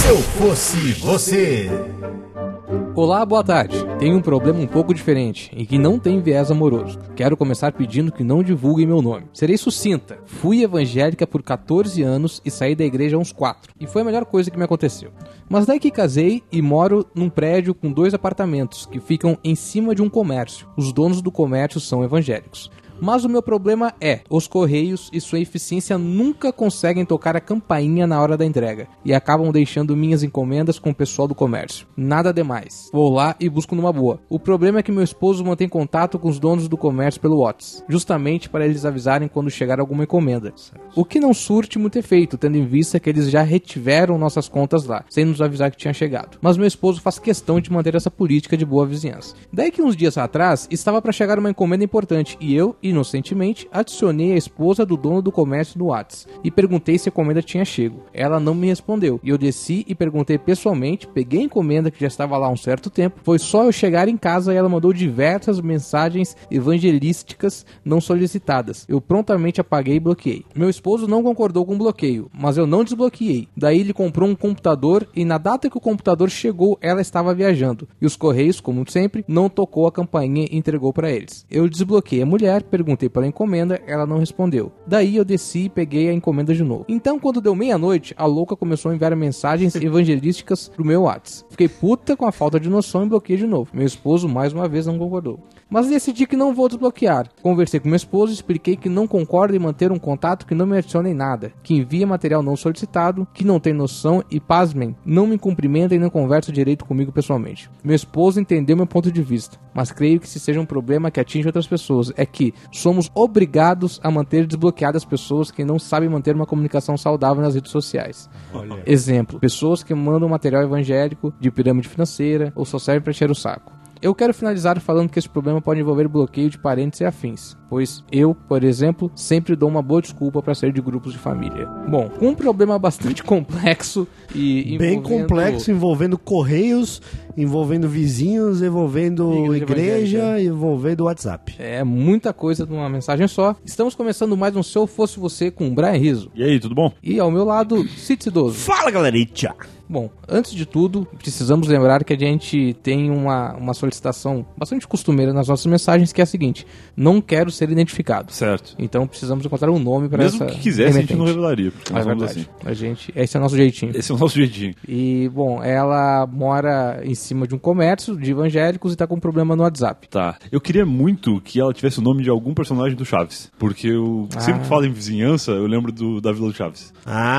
eu fosse você. Olá, boa tarde. Tenho um problema um pouco diferente e que não tem viés amoroso. Quero começar pedindo que não divulguem meu nome. Serei sucinta. Fui evangélica por 14 anos e saí da igreja há uns 4. E foi a melhor coisa que me aconteceu. Mas daí que casei e moro num prédio com 2 apartamentos que ficam em cima de um comércio. Os donos do comércio são evangélicos. Mas o meu problema é, os Correios e sua eficiência nunca conseguem tocar a campainha na hora da entrega e acabam deixando minhas encomendas com o pessoal do comércio. Nada demais. Vou lá e busco numa boa. O problema é que meu esposo mantém contato com os donos do comércio pelo WhatsApp, justamente para eles avisarem quando chegar alguma encomenda. O que não surte muito efeito, tendo em vista que eles já retiveram nossas contas lá, sem nos avisar que tinha chegado. Mas meu esposo faz questão de manter essa política de boa vizinhança. Daí que uns dias atrás, estava para chegar uma encomenda importante e eu, inocentemente, adicionei a esposa do dono do comércio no WhatsApp e perguntei se a encomenda tinha chego. Ela não me respondeu e eu desci e perguntei pessoalmente, peguei a encomenda que já estava lá há um certo tempo, foi só eu chegar em casa e ela mandou diversas mensagens evangelísticas não solicitadas. Eu prontamente apaguei e bloqueei. Meu esposo não concordou com o bloqueio, mas eu não desbloqueei. Daí ele comprou um computador e na data que o computador chegou, ela estava viajando. E os Correios, como sempre, não tocou a campainha e entregou para eles. Eu desbloqueei a mulher, perguntei pela encomenda, ela não respondeu. Daí eu desci e peguei a encomenda de novo. Então, quando deu meia-noite, a louca começou a enviar mensagens evangelísticas pro meu WhatsApp. Fiquei puta com a falta de noção e bloqueei de novo. Meu esposo, mais uma vez, não concordou. Mas decidi que não vou desbloquear. Conversei com meu esposo e expliquei que não concordo em manter um contato que não me adiciona em nada, que envia material não solicitado, que não tem noção e, pasmem, não me cumprimenta e não conversa direito comigo pessoalmente. Meu esposo entendeu meu ponto de vista, mas creio que se seja um problema que atinge outras pessoas, é que somos obrigados a manter desbloqueadas pessoas que não sabem manter uma comunicação saudável nas redes sociais. Olha. Exemplo, pessoas que mandam material evangélico de pirâmide financeira ou só servem para encher o saco. Eu quero finalizar falando que esse problema pode envolver bloqueio de parentes e afins, pois eu, por exemplo, sempre dou uma boa desculpa para sair de grupos de família. Bom, com um problema bastante complexo e bem complexo, envolvendo correios, envolvendo vizinhos, envolvendo igreja, envolvendo WhatsApp. É muita coisa numa mensagem só. Estamos começando mais um Se Eu Fosse Você com o Brian Rizzo. E aí, tudo bom? E ao meu lado, Cid Cidoso. Fala, galerinha! Bom, antes de tudo, precisamos lembrar que a gente tem uma solicitação bastante costumeira nas nossas mensagens, que é a seguinte: não quero ser identificado. Certo. Então precisamos encontrar um nome para essa... Mesmo que quisesse, a gente não revelaria. É verdade. Assim. Esse é o nosso jeitinho. Esse é o nosso jeitinho. E, bom, ela mora em cima de um comércio de evangélicos e tá com um problema no WhatsApp. Tá. Eu queria muito que ela tivesse o nome de algum personagem do Chaves. Porque eu sempre que falo em vizinhança, eu lembro da Vila do Chaves.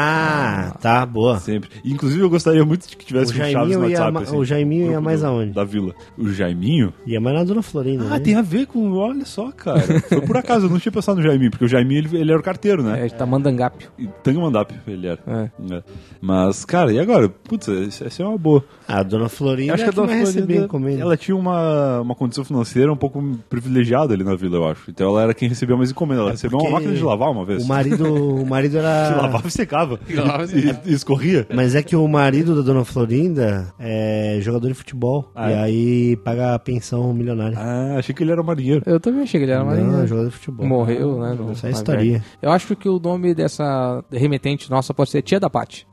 Tá, boa. Sempre. Inclusive, eu gostaria muito que tivesse um Chaves no WhatsApp. Assim, o Jaiminho ia mais aonde? Da Vila. O Jaiminho? Ia mais na Dona Florinda. Ah, né? Tem a ver com... Olha só, cara. Foi por acaso, eu não tinha pensado no Jaiminho, porque o Jaiminho, ele era o carteiro, né? É, de Tamandangape. Tangamandap, ele era. É. Mas, cara, e agora? Putz, essa é uma boa. A Dona Florinda acho que a Dona Florinda, encomenda. Ela tinha uma condição financeira um pouco privilegiada ali na vila, eu acho. Então ela era quem recebia mais encomenda. Ela recebeu uma máquina de lavar uma vez. O marido era... Que lavava e secava. E escorria. Mas é que o marido da Dona Florinda é jogador de futebol. E aí paga a pensão milionária. Ah, achei que ele era marinheiro. Eu também achei que ele era marinheiro. Não, jogador de futebol. Morreu, né? Essa é a história. Eu acho que o nome dessa remetente nossa pode ser Tia da Paty.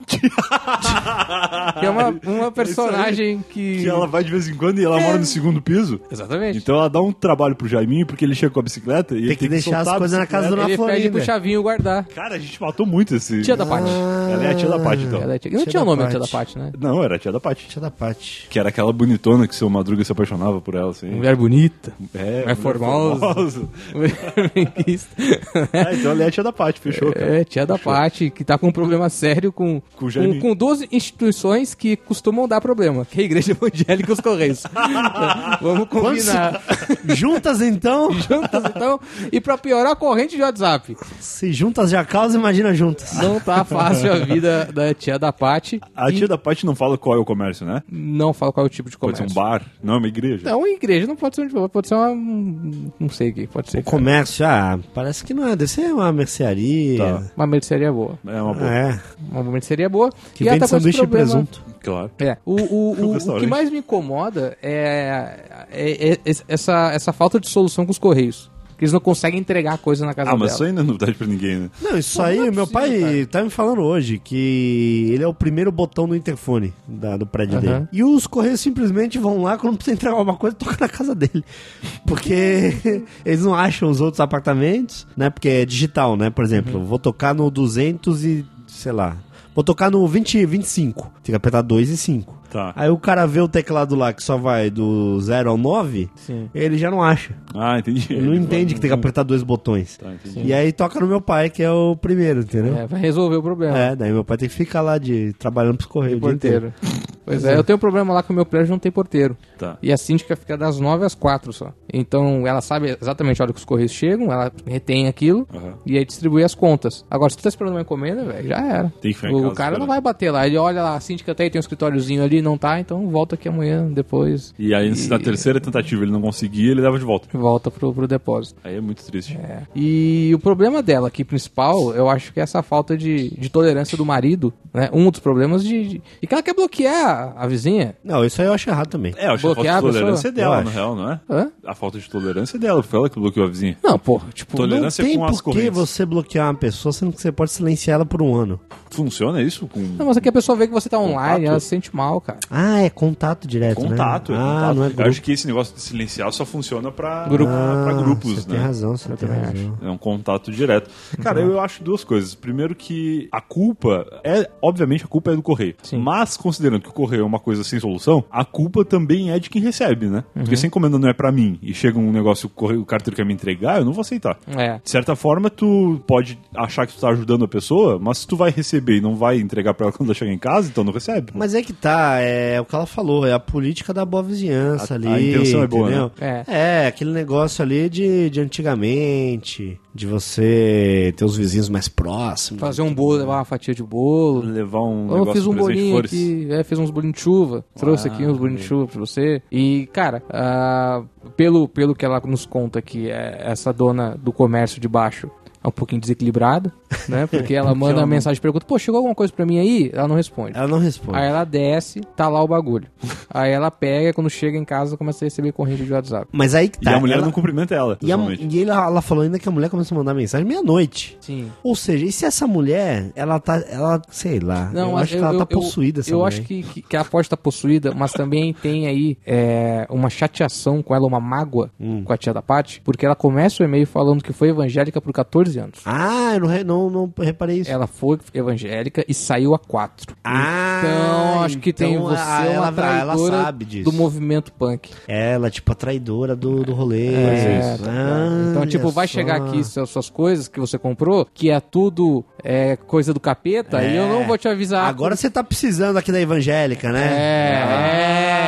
Que é uma personagem que ela vai de vez em quando e ela mora no segundo piso. Exatamente. Então ela dá um trabalho pro Jaiminho porque ele chega com a bicicleta e tem que deixar as coisas na casa do Dona Florinda. Ele pede pro Chavinho guardar. Cara, a gente matou muito esse... Tia da Paty. Ela é a Tia da Paty, então. Não tinha o nome da Tia da Paty, né? Não, era a Tia da Paty. Tia da Paty. Que era aquela bonitona que seu Madruga se apaixonava por ela, assim. Mulher bonita. Mulher formosa. Mulher benquista. Então ela é a Tia da Paty, fechou, cara. Tia da Paty, que tá com um problema sério com 12 instituições que costumam dar problema, que é a Igreja Evangélica e os Correios. Vamos combinar. Juntas então? E pra piorar, a corrente de WhatsApp. Se juntas já causa, imagina juntas. Não tá fácil a vida da Tia da Paty. A Tia da Paty não fala qual é o comércio, né? Não fala qual é o tipo de comércio. Pode ser um bar, não é uma igreja. Não, uma igreja não pode ser pode ser uma... Não sei o que pode ser. O comércio, parece que não é. Deve ser uma mercearia. Tá. Uma mercearia boa. É uma boa. Uma mercearia boa. Que vende sanduíche de presunto. Claro. O que mais me incomoda é essa falta de solução com os Correios. que eles não conseguem entregar a coisa na casa dela. Mas isso aí não é novidade pra ninguém, né? Não, isso aí, meu pai tá me falando hoje que ele é o primeiro botão do interfone do prédio dele. E os Correios simplesmente vão lá, quando precisa entregar alguma coisa, toca na casa dele. Porque eles não acham os outros apartamentos, né? Porque é digital, né? Por exemplo, vou tocar no 200 e, sei lá, vou tocar no 25. Tem que apertar 2 e 5. Tá. Aí o cara vê o teclado lá que só vai do 0 ao 9, ele já não acha. Ah, entendi. Ele não entende que tem que apertar 2 botões. Tá, entendi. E aí toca no meu pai, que é o primeiro, entendeu? Vai resolver o problema. Daí meu pai tem que ficar lá trabalhando pros Correios. Porteiro. Pois é, eu tenho um problema lá que o meu prédio não tem porteiro. Tá. E a síndica fica das 9 às 4 só. Então ela sabe exatamente a hora que os Correios chegam, ela retém aquilo e aí distribui as contas. Agora, se tu tá esperando uma encomenda, velho, já era. Tem que ficar em casa, o cara não vai bater lá. Ele olha lá, a síndica tá aí, tem um escritóriozinho ali, não tá, então volta aqui amanhã, depois. E aí, se na terceira tentativa ele não conseguir, ele leva de volta. Volta pro depósito. Aí é muito triste. E o problema dela aqui, principal, eu acho que é essa falta de tolerância do marido, né? Um dos problemas e que ela quer bloquear a vizinha. Não, isso aí eu acho errado também. Eu acho que a falta de tolerância é dela, na real, não é? Hã? A falta de tolerância é dela, foi ela que bloqueou a vizinha. Não, porra, tipo... Tolerância não tem com as por que correntes. você bloquear uma pessoa, sendo que você pode silenciar ela por um ano. Funciona isso? Não, mas aqui a pessoa vê que você tá online, Contato? ela se sente mal, cara. Ah, é contato direto, Contato, né? é contato. Não é Eu grupo. acho que esse negócio de silenciar só funciona pra grupos, você né? tem razão, você tem razão. É um contato direto. Cara, eu acho duas coisas. Primeiro que a culpa obviamente a culpa é do correio. Sim. Mas considerando que o correio é uma coisa sem solução, a culpa também é de quem recebe, né? Porque se a encomenda não é pra mim e chega um negócio, o carteiro quer me entregar, eu não vou aceitar. De certa forma, tu pode achar que tu tá ajudando a pessoa, mas se tu vai receber e não vai entregar pra ela quando ela chegar em casa, então não recebe. Mas é que tá, é o que ela falou, é a política da boa vizinhança ali. A intenção é boa, entendeu? né? É, aquele negócio ali de antigamente, de você ter os vizinhos mais próximos. Fazer um bolo, levar uma fatia de bolo. Levar um Eu negócio fiz um de presente de bolinho flores. aqui, fiz uns bolinhos de chuva. Trouxe aqui uns bolinhos de chuva pra você. E, cara, pelo que ela nos conta que essa dona do comércio de baixo é um pouquinho desequilibrada, né? Porque ela manda uma mensagem e pergunta, pô, chegou alguma coisa pra mim aí? Ela não responde. Ela não responde. Aí ela desce, tá lá o bagulho. Aí ela pega, quando chega em casa, começa a receber corrente de WhatsApp. Mas aí que tá. E a mulher não cumprimenta ela, pessoalmente. E ela falou ainda que a mulher começou a mandar mensagem meia-noite. Sim. Ou seja, e se essa mulher, ela sei lá, Não, eu acho que ela tá possuída, essa Eu mulher. acho que ela pode estar possuída, mas também tem aí uma chateação com ela, uma mágoa com a tia da Paty, porque ela começa o e-mail falando que foi evangélica por 14 anos. Ah, eu não reparei isso. Ela foi evangélica e saiu a 4. Então, acho que tem você uma traidora ela sabe disso. do movimento punk. Ela, tipo, a traidora do rolê. Então, tipo, vai chegar aqui suas coisas que você comprou, que é tudo coisa do capeta, e eu não vou te avisar. Agora você tá precisando aqui da evangélica, né?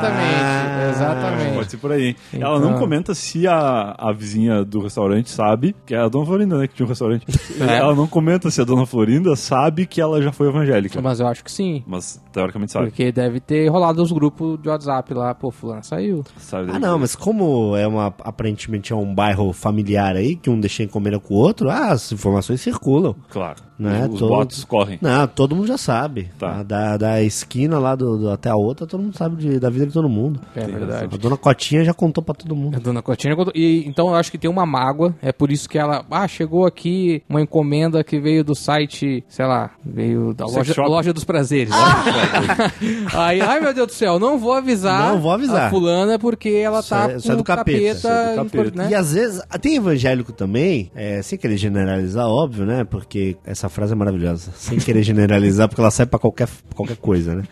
Exatamente. Pode ser por aí. Então... Ela não comenta se a vizinha do restaurante sabe, que é a dona Florinda, né, que tinha um restaurante. Ela não comenta se a dona Florinda sabe que ela já foi evangélica. Mas eu acho que sim. Mas teoricamente sabe. Porque deve ter rolado os grupos de WhatsApp lá, pô, fulano saiu. Sabe Não, mas como aparentemente é um bairro familiar aí, que um deixa encomenda com o outro, as informações circulam. Claro. Né? Os boatos correm. Não, todo mundo já sabe. Tá. Da esquina lá até a outra, todo mundo sabe da vida de todo mundo. É verdade. A dona Cotinha já contou pra todo mundo. A dona Cotinha contou. E então eu acho que tem uma mágoa, é por isso que ela, chegou aqui uma encomenda que veio do site, sei lá, veio da loja dos prazeres. Aí, ai meu Deus do céu, não vou avisar. A fulana porque ela tá com do capeta. Né? E às vezes, tem evangélico também, sem querer generalizar, óbvio, né? Porque essa frase é maravilhosa. Sem querer generalizar, porque ela serve pra qualquer coisa, né?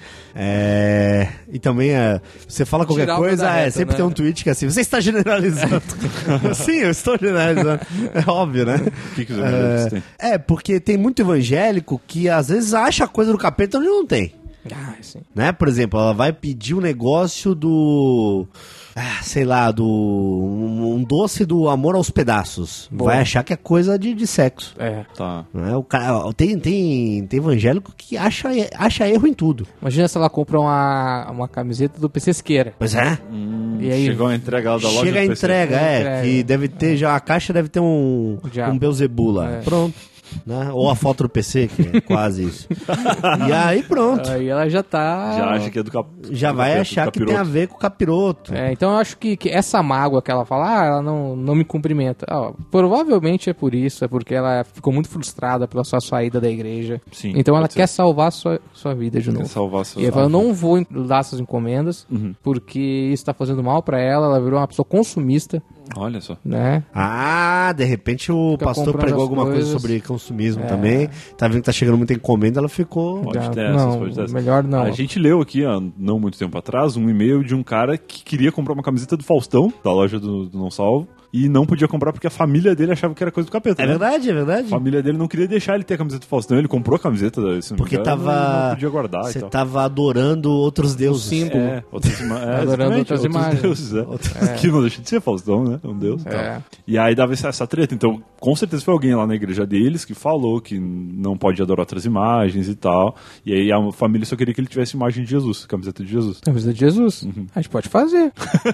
E também, você fala qualquer coisa, sempre né? Tem um tweet que é assim, você está generalizando. Sim, eu estou generalizando. É óbvio, né? O que os evangélicos têm? Porque tem muito evangélico que às vezes acha coisa do capeta onde não tem. Sim. Né? Por exemplo, ela vai pedir um negócio do... sei lá, um doce do amor aos pedaços. Boa. Vai achar que é coisa de sexo. Tá. Né? O cara, tem evangélico que acha erro em tudo. Imagina se ela compra uma camiseta do PC Esqueira. Pois é. E aí, chegou a entrega da loja. Chega a entrega, que deve ter já, a caixa deve ter um Beelzebub lá. Pronto. né? Ou a foto do PC, que é quase isso. E aí pronto. Aí ela já tá... Já acha que é do Já vai achar que tem a ver com o capiroto. Então eu acho que essa mágoa que ela fala, ela não me cumprimenta. Provavelmente é por isso, é porque ela ficou muito frustrada pela sua saída da igreja. Sim, então ela quer salvar sua vida de novo. Quer salvar sua E ela fala, eu não vou dar essas encomendas, porque isso tá fazendo mal pra ela virou uma pessoa consumista. Olha só. Né? De repente o pastor pregou alguma coisa sobre consumismo também. Tá vendo que tá chegando muita encomenda, ela ficou... Pode ter essas, pode ter essas. Melhor não. A gente leu aqui, há não muito tempo atrás, um e-mail de um cara que queria comprar uma camiseta do Faustão, da loja do Não Salvo, e não podia comprar porque a família dele achava que era coisa do capeta. É verdade, é verdade. A família dele não queria deixar ele ter a camiseta do Faustão, ele comprou a camiseta porque não podia guardar. Você tava adorando outros deuses. Símbolo. Adorando outras imagens. Deuses, que não deixa de ser Faustão, né? Um deus. E aí dava essa treta. Então, com certeza foi alguém lá na igreja deles que falou que não pode adorar outras imagens e tal. E aí a família só queria que ele tivesse imagem de Jesus, camiseta de Jesus. Camiseta de Jesus? A gente pode fazer.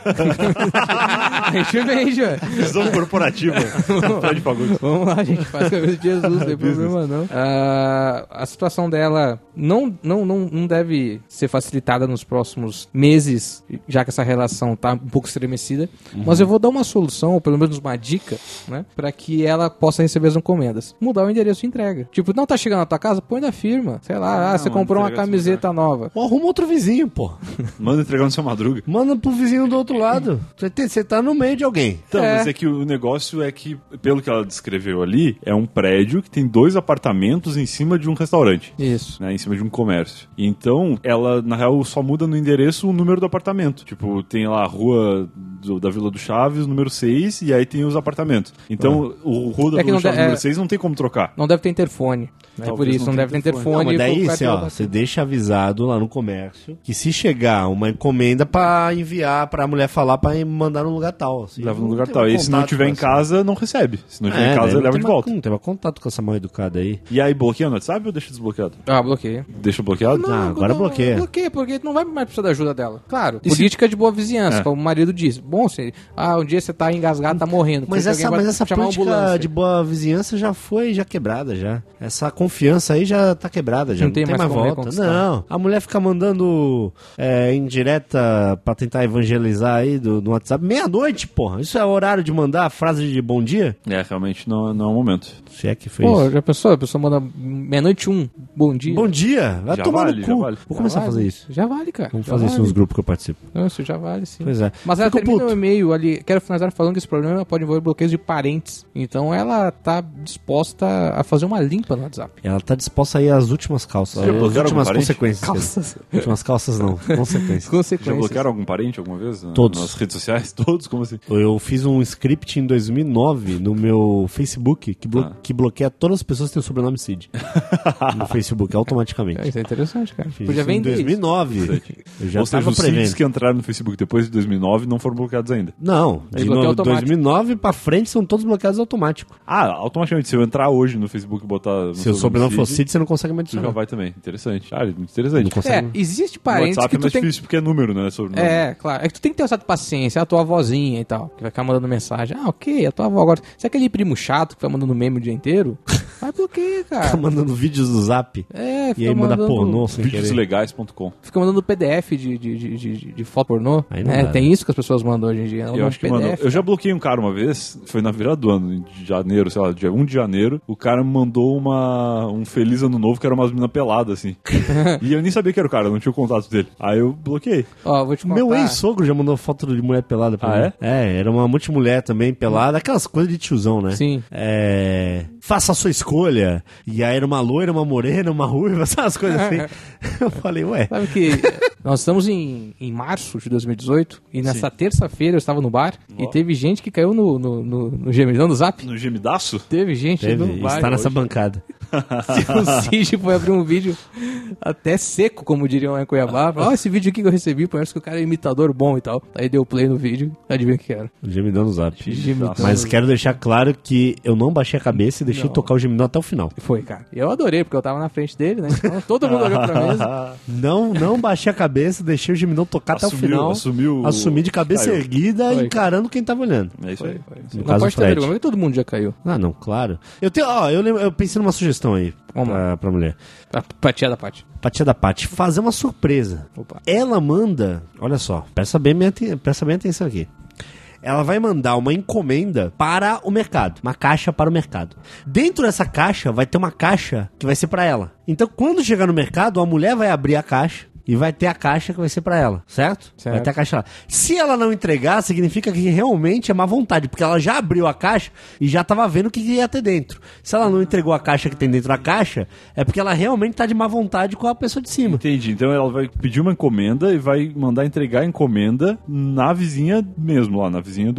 A gente vende, Visão corporativa. Vamos lá, a gente faz camiseta de Jesus, não tem problema não. A situação dela não deve ser facilitada nos próximos meses, já que essa relação tá um pouco estremecida. Mas eu vou dar uma solução, ou pelo menos uma dica, né? Pra que ela possa receber as encomendas. Mudar o endereço de entrega. Tipo, não tá chegando na tua casa? Põe na firma. Sei lá, você comprou uma camiseta nova. Ou arruma outro vizinho, pô. Manda entregar no seu Madruga. Manda pro vizinho do outro lado. Você tá no meio de alguém. Então, mas é que o negócio é que, pelo que ela descreveu ali, é um prédio que tem 2 apartamentos em cima de um restaurante. Isso. Né, em cima de um comércio. Então, ela, na real, só muda no endereço o número do apartamento. Tipo, tem lá a rua da Vila do Chaves, número 6, e aí tem os apartamentos. Então, o rua da Vila do Chaves, número 6, não tem como trocar. Não deve ter interfone. É por isso, não deve ter interfone. Não, mas daí, você deixa avisado lá no comércio que se chegar uma encomenda pra enviar, pra mulher falar pra mandar no lugar tal. Assim, leva no lugar tal. E se não tiver em casa, não recebe. Se não tiver em casa, leva de volta. Não tem mais contato com essa mal educada aí. E aí, bloqueia no WhatsApp ou deixa desbloqueado? Bloqueia. Deixa bloqueado? Não, agora bloqueia. Bloqueia, porque não vai mais precisar da ajuda dela. Claro, política de boa vizinhança, como o marido diz. Bom, um dia você tá engasgado, tá morrendo. Mas essa política de boa vizinhança já foi quebrada já. Essa confiança aí já tá quebrada, já não tem mais volta. Não, a mulher fica mandando indireta pra tentar evangelizar aí no WhatsApp. Meia-noite, porra. Isso é horário de mandar a frase de bom dia? Realmente não é o momento. Se é que fez. Já pensou? A pessoa manda meia-noite bom dia. Bom dia? Vai tomar no cu. Vale. Vou começar a fazer isso. Já vale, cara. Vamos fazer isso nos grupos que eu participo. Não, isso já vale, sim. Pois é. Mas ela termina o e-mail ali. Quero finalizar falando que esse problema pode envolver bloqueios de parentes. Então ela tá disposta a fazer uma limpa no WhatsApp. Ela tá disposta a ir às últimas calças. As últimas consequências. Calças. Últimas calças não. Consequências. Já bloquearam algum parente alguma vez? Todos. Nas redes sociais? Todos? Como assim? Eu fiz um script em 2009 no meu Facebook que bloqueia todas as pessoas que têm o sobrenome Cid. No Facebook, automaticamente. Isso é interessante, cara. Fiz Podia vender em 2009. Eu já tava prevendo. Os Cids que entraram no Facebook depois de 2009 não foram bloqueados ainda. Não. De 2009 pra frente são todos bloqueados automático. Automaticamente. Se eu entrar hoje no Facebook e botar... Se o sobrenome for Cid, você não consegue mais adicionar. Já vai também. Interessante. Muito interessante. Existe parentes WhatsApp que é mais difícil porque é número, né? Claro. É que tu tem que ter essa paciência. A tua avózinha e tal, que vai ficar mandando mensagem. Ok, a tua avó agora... Se é aquele primo chato que vai mandando meme o dia inteiro, vai bloqueia, cara. Fica mandando vídeos do Zap. Fica e aí manda pornô sem querer. Vídeoslegais.com. Fica mandando PDF de foto pornô. Não tem isso que as pessoas mandam hoje em dia. Eu acho que eu já bloqueei um cara uma vez, foi na virada do ano, de janeiro, sei lá, dia 1 de janeiro, o cara me mandou um Feliz Ano Novo que era umas meninas peladas, assim. E eu nem sabia que era o cara, eu não tinha o contato dele. Aí eu bloqueei. Vou te contar. Meu ex-sogro já mandou foto de mulher pelada pra mim. Era uma multimulher também, pelada, aquelas coisas de tiozão, né? Sim. Faça a sua escolha. E aí era uma loira, uma morena, uma ruiva, essas coisas assim. Eu falei, Sabe que nós estamos em março de 2018 e nessa terça-feira eu estava no bar e teve gente que caiu no gemidão do Zap. No gemidaço? Teve gente no bar. Está nessa bancada. O Cid foi abrir um vídeo até seco, como diriam lá em Cuiabá. Ó, esse vídeo aqui que eu recebi, parece que o cara é imitador bom e tal. Aí deu play no vídeo, adivinha o que era? O gemidão no Zap. Gemidão. Mas quero deixar claro que eu não baixei a cabeça e deixei tocar o gemidão até o final. Foi, cara. E eu adorei, porque eu tava na frente dele, né? Então todo mundo olhou pra mesa. Não baixei a cabeça, deixei o gemidão tocar até o final. Assumi de cabeça erguida, encarando quem tava olhando. É isso aí. Não pode ter vergonha, porque todo mundo já caiu. Ah, não, claro. Eu pensei numa sugestão aí pra mulher. Pra tia da Paty. Pra tia da Paty, fazer uma surpresa. Opa. Ela manda, olha só, presta bem atenção aqui. Ela vai mandar uma encomenda para o mercado, uma caixa para o mercado. Dentro dessa caixa vai ter uma caixa que vai ser para ela. Então, quando chegar no mercado, a mulher vai abrir a caixa e vai ter a caixa que vai ser pra ela, certo? Vai ter a caixa lá. Se ela não entregar, significa que realmente é má vontade, porque ela já abriu a caixa e já tava vendo o que ia ter dentro. Se ela não entregou a caixa que tem dentro da caixa, é porque ela realmente tá de má vontade com a pessoa de cima. Entendi. Então ela vai pedir uma encomenda e vai mandar entregar a encomenda na vizinha mesmo, lá na vizinha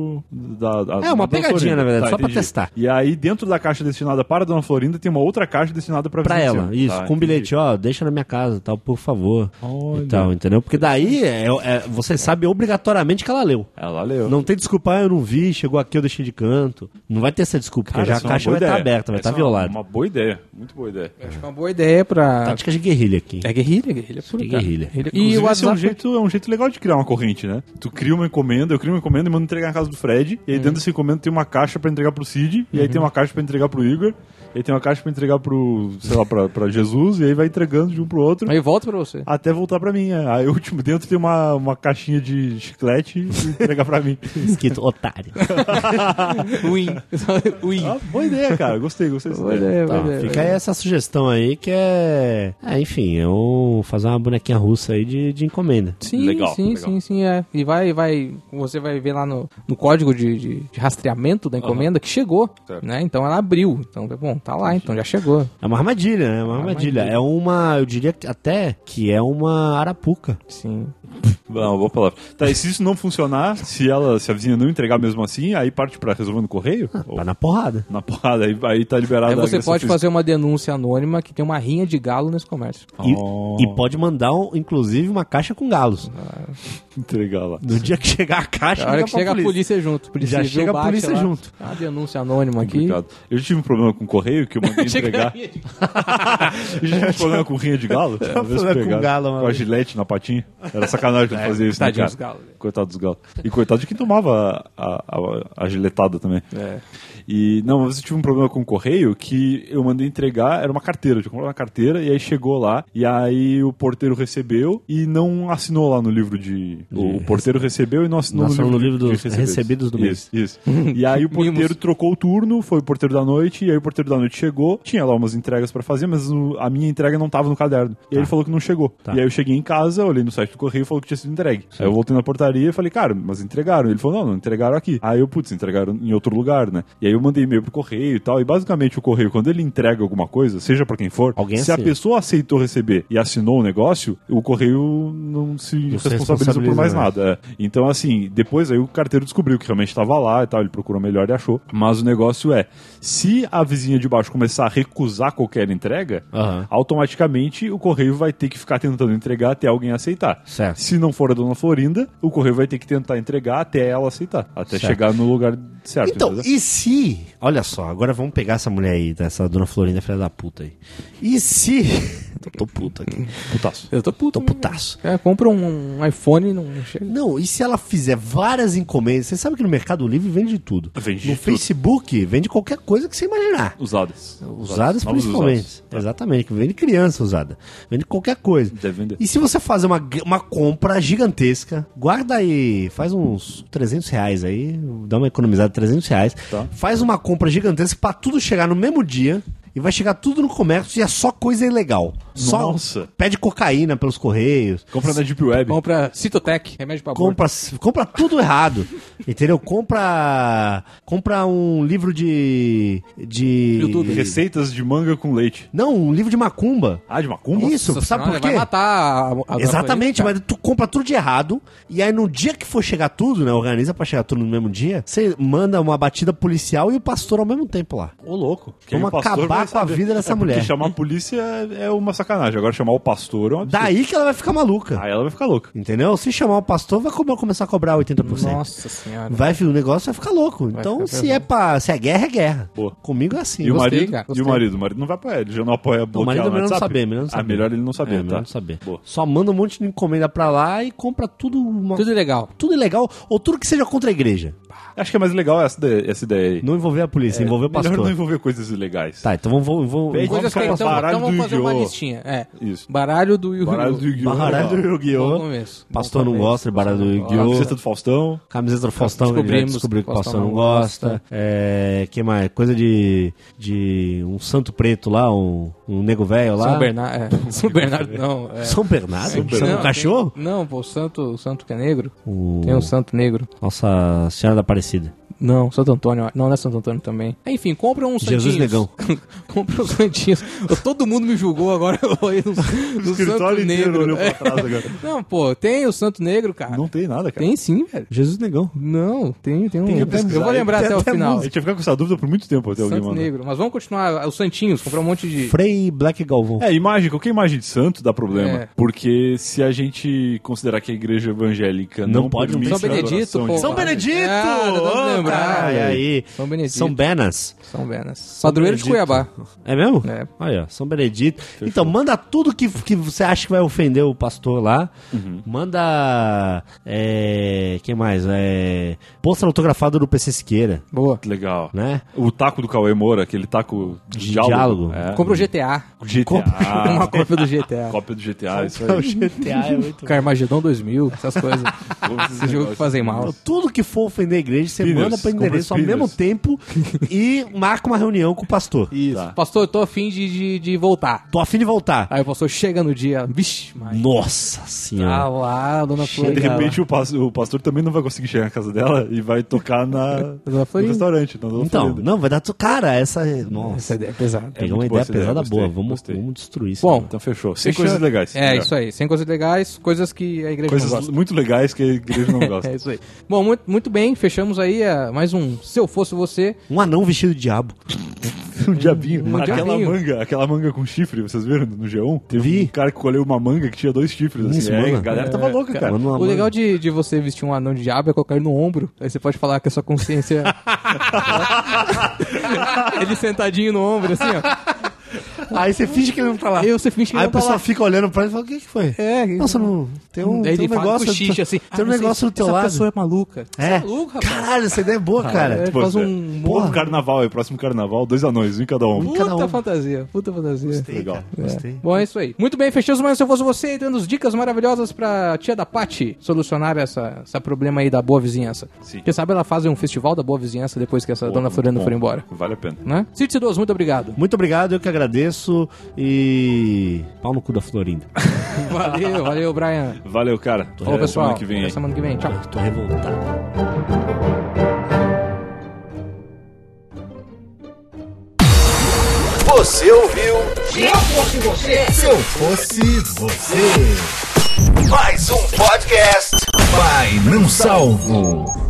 uma pegadinha, na verdade, só pra testar. E aí, dentro da caixa destinada para a Dona Florinda, tem uma outra caixa destinada pra vizinha. Pra ela, isso, com um bilhete, deixa na minha casa, tal, por favor. E tal, entendeu? Porque daí você sabe obrigatoriamente que ela leu. Ela leu. Não tem desculpa, eu não vi, chegou aqui, eu deixei de canto. Não vai ter essa desculpa, porque já a caixa vai estar aberta, vai estar violada. Uma boa ideia, muito boa ideia. Acho que é uma boa ideia pra... Tática de guerrilha aqui. É guerrilha pura. Guerrilha. E o WhatsApp... é um jeito legal de criar uma corrente, né? Tu cria uma encomenda, eu crio uma encomenda e mando entregar na casa do Fred, e aí dentro dessa encomenda tem uma caixa pra entregar pro Cid, e aí tem uma caixa pra entregar pro Igor, e aí tem uma caixa pra entregar pro, sei lá, pra Jesus, e aí vai entregando de um pro outro. Aí volta pra você. Até voltar pra mim. Aí o último dentro tem uma caixinha de chiclete e entregar pra mim. Escrito otário. Win. Boa ideia, cara. Gostei dessa ideia. Fica aí essa sugestão aí que enfim, fazer uma bonequinha russa aí de encomenda. Sim, legal. Sim. E você vai ver lá no código de rastreamento da encomenda que chegou, né? Então ela abriu. Então, bom, tá lá, então já chegou. É uma armadilha, né? Eu diria até que é uma arapuca. Sim. Não, boa palavra. Tá, e se isso não funcionar, se a vizinha não entregar mesmo assim, aí parte pra resolver no correio? Tá na porrada. Na porrada, aí tá liberado. Aí você pode fazer uma denúncia anônima que tem uma rinha de galo nesse comércio. E pode mandar, inclusive, uma caixa com galos. Entregar lá. No dia que chegar a caixa, a hora que chega a polícia junto. Já chega a polícia junto. A denúncia anônima aqui. Eu já tive um problema com o correio que eu mandei entregar. Eu já tive um problema com rinha de galo. Com a gilete na patinha. Era sacanagem quando fazia isso, né, cara? Coitado dos galos. E coitado de quem tomava a giletada também. E, não, mas eu tive um problema com o correio que eu mandei entregar, era uma carteira, eu tinha comprado uma carteira, e aí chegou lá, e aí o porteiro recebeu e não assinou lá no livro o porteiro recebeu e não assinou no livro dos recebidos do mês. Isso. E aí o porteiro trocou o turno, foi o porteiro da noite, e aí o porteiro da noite chegou, tinha lá umas entregas pra fazer, mas a minha entrega não tava no caderno. E aí ele falou que não chegou. E aí eu cheguei em casa, olhei no site do correio e falou que tinha sido entregue. Sim. Aí eu voltei na portaria e falei, cara, mas entregaram. Ele falou, não entregaram aqui. Aí eu, entregaram em outro lugar, né? E aí eu mandei e-mail pro correio e tal, e basicamente o correio, quando ele entrega alguma coisa, seja pra quem for, se a pessoa aceitou receber e assinou o negócio, o correio não se responsabiliza por mais nada. Então, assim, depois aí o carteiro descobriu que realmente estava lá e tal, ele procurou melhor e achou. Mas o negócio se a vizinha de baixo começar a recusar qualquer entrega, automaticamente o correio vai ter que ficar tentando entregar até alguém aceitar. Certo. Se não for a Dona Florinda, o correio vai ter que tentar entregar até ela aceitar, até chegar no lugar certo. Então, entendeu? E se... Olha só, agora vamos pegar essa mulher aí, essa Dona Florinda, filha da puta aí. E se... Tô puto aqui. Putaço. Eu tô puto. Tô putaço. Compra um iPhone e não chega. Não, e se ela fizer várias encomendas? Você sabe que no Mercado Livre vende de tudo. No Facebook vende qualquer coisa que você imaginar. Usadas principalmente. Exatamente, vende criança usada. Vende qualquer coisa. Deve vender. E se você fazer uma compra gigantesca, guarda aí, faz uns R$300 aí, dá uma economizada de R$300, faz uma compra gigantesca pra tudo chegar no mesmo dia. E vai chegar tudo no comércio e é só coisa ilegal. Nossa. Pede cocaína pelos correios. Compra na Deep Web. Compra Citotec, remédio pra aborto. Compra tudo errado. Entendeu? Compra um livro de YouTube. Receitas de manga com leite. Não, um livro de macumba. Ah, de macumba? Isso, nossa, sabe por quê? Vai matar a Exatamente, mas tu compra tudo de errado. E aí no dia que for chegar tudo, né? Organiza pra chegar tudo no mesmo dia. Você manda uma batida policial e o pastor ao mesmo tempo lá. Ô, louco. Vamos acabar acabar com a vida dessa mulher. Porque chamar a polícia é uma sacanagem. Agora chamar o pastor é um absurdo. Daí que ela vai ficar maluca. Aí ela vai ficar louca. Entendeu? Se chamar o pastor, vai começar a cobrar 80%. Nossa senhora. O negócio vai ficar louco. Então, se é guerra, é guerra. Boa. Comigo é assim. E o Gostei, marido? cara, E gostei. o marido? O marido não vai pra ele, já não apoia bloquear O marido é no melhor não WhatsApp? saber, melhor não saber. Melhor ele não saber, melhor tá? não saber. Boa. Só manda um monte de encomenda pra lá e compra tudo. Tudo legal. Tudo ilegal, ou tudo que seja contra a igreja. Acho que é mais legal essa ideia aí. Não envolver a polícia, envolver o pastor. Melhor não envolver coisas ilegais. Tá, então vamos Pede Coisas que Vamos então baralho vamos do fazer uma Yu-Gi-Oh! listinha. É. Isso. Baralho do Yu-Gi-Oh! Baralho do Yu-Gi-Oh! baralho do Bom Yu-Gi-Oh! começo. Pastor Bom não começo. gosta de baralho do Pastor Yu-Gi-Oh! Camiseta do Faustão. Camiseta do Faustão, Descobrimos descobriu que o que o pastor não Faustão não gosta. Que mais? Coisa de um santo preto lá, um nego velho lá. São Bernardo. São Bernardo não. É. São Bernardo? Não, Santo tem- cachorro? Não, pô, o santo que é negro. O- Tem um santo negro. Nossa Senhora da Aparecida. Não, Santo Antônio. Não é Santo Antônio também. Enfim, compra uns santinhos. Jesus Negão. Compra uns santinhos. Todo mundo me julgou agora. Eu vou ir no Santo escritório inteiro Negro. olhou pra trás agora. Não, pô, tem o Santo Negro, cara. Não tem nada, cara. Tem sim, velho. Jesus Negão. Não, tem um. que pesquisar. Eu vou lembrar Tem até o até final. A gente vai ficar com essa dúvida por muito tempo até alguém Santo mandar. Negro. Mas vamos continuar. Os santinhos, comprar um monte de. Frei Black Galvão. Imagem, qualquer imagem de santo dá problema. É. Porque se a gente considerar que a igreja evangélica Não não pode permite São a Benedito, adoração pô. de São santo. Benedito! Ah, tentando lembrar. Ai, aí. São Benedito. São Benas. São Benas. Padroeiro de Benedito. Cuiabá. É mesmo? É. Aí, ó, São Benedito. Então, manda tudo que você acha que vai ofender o pastor lá. Manda. Quem mais? Pôster autografado do PC Siqueira, Boa. Legal. né? O taco do Cauê Moura, aquele taco de diálogo. É. Compra o GTA. GTA. Uma cópia do GTA. Cópia do GTA, isso O aí. GTA é muito. Carmageddon 2000, essas coisas. Esses jogos que fazem mal. Tudo que for ofender a igreja, você Spinners, manda pra compra endereço ao Spinners. mesmo tempo e marca uma reunião com o pastor. Isso. Tá. Pastor, eu tô afim de voltar. Tô afim de voltar. Aí o pastor chega no dia. Vixe, mas. Nossa Ah senhora. lá, dona De Florinda. repente o pastor também não vai conseguir chegar na casa dela e vai tocar Dona no Florinda. restaurante. Na Dona Então, Florinda. não, vai dar. Cara, essa. Nossa. Essa ideia é pesada. Pegou muito uma boa ideia essa ideia, pesada gostei, boa. Vamos gostei. destruir isso. Bom, Então fechou. Sem Fechou. coisas legais. É, Legal. isso aí. Sem coisas legais, coisas que a igreja não Coisas gosta. muito legais que a igreja não gosta. É isso aí. Bom, muito bem. Fechamos aí mais um Se Eu Fosse Você. Um anão vestido de diabo. Um diabinho. Um diabinho. Aquela manga com chifre, vocês viram no G1? Teve Vi. um cara que colheu uma manga que tinha 2 chifres. Assim. Isso, É, mano. a galera tava louca, cara. Manda uma O legal manga. de você vestir um anão de diabo é colocar ele no ombro. Aí você pode falar que a sua consciência. Ele sentadinho no ombro, assim, ó. Aí você finge que ele não tá lá. Aí você finge que Aí ele a não tá pessoa lá. fica olhando pra ele e fala: o que foi? É, Nossa, não. Tem um, Aí tem ele um fala negócio. com xixi, assim. Tem um não sei, negócio do teu essa lado. pessoa é maluca. Você é maluco, rapaz. Caralho, essa ideia é boa, cara. Ele Pois faz é. um. Próximo carnaval, próximo carnaval, 2 anões, um em cada um. cada Puta um. fantasia, puta fantasia. Legal. Gostei. Bom, é isso aí. Muito bem, fechamos mais Se Eu Fosse Você, dando as dicas maravilhosas pra tia da Paty solucionar essa problema aí da boa vizinhança. Sim. Quem sabe ela faz um festival da boa vizinhança depois que essa dona Florinda for embora. Vale a pena. Né? Cid Cidoso, muito obrigado. Muito obrigado, eu que agradeço. E. Pau no cu da Florinda. Valeu, Brian. Valeu, cara. Falou, pessoal. Semana que vem Até aí. semana que vem. Tchau. Tô revoltado. Você ouviu? Se eu fosse você, Se eu fosse você. Mais um podcast. Pai não salvo.